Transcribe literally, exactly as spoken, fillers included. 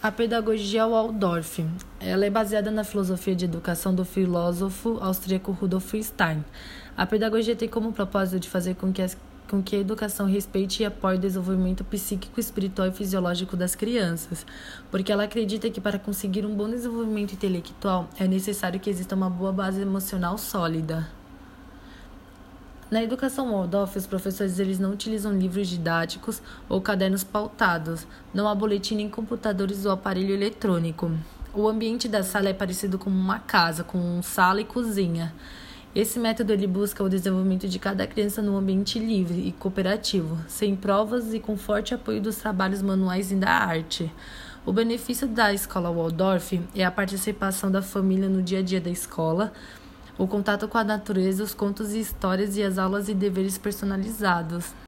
A pedagogia Waldorf, ela é baseada na filosofia de educação do filósofo austríaco Rudolf Steiner. A pedagogia tem como propósito de fazer com que, as, com que a educação respeite e apoie o desenvolvimento psíquico, espiritual e fisiológico das crianças, porque ela acredita que para conseguir um bom desenvolvimento intelectual é necessário que exista uma boa base emocional sólida. Na educação Waldorf, os professores eles não utilizam livros didáticos ou cadernos pautados, não há boletim nem computadores ou aparelho eletrônico. O ambiente da sala é parecido com uma casa, com sala e cozinha. Esse método ele busca o desenvolvimento de cada criança num ambiente livre e cooperativo, sem provas e com forte apoio dos trabalhos manuais e da arte. O benefício da escola Waldorf é a participação da família no dia a dia da escola, o contato com a natureza, os contos e histórias e as aulas e deveres personalizados.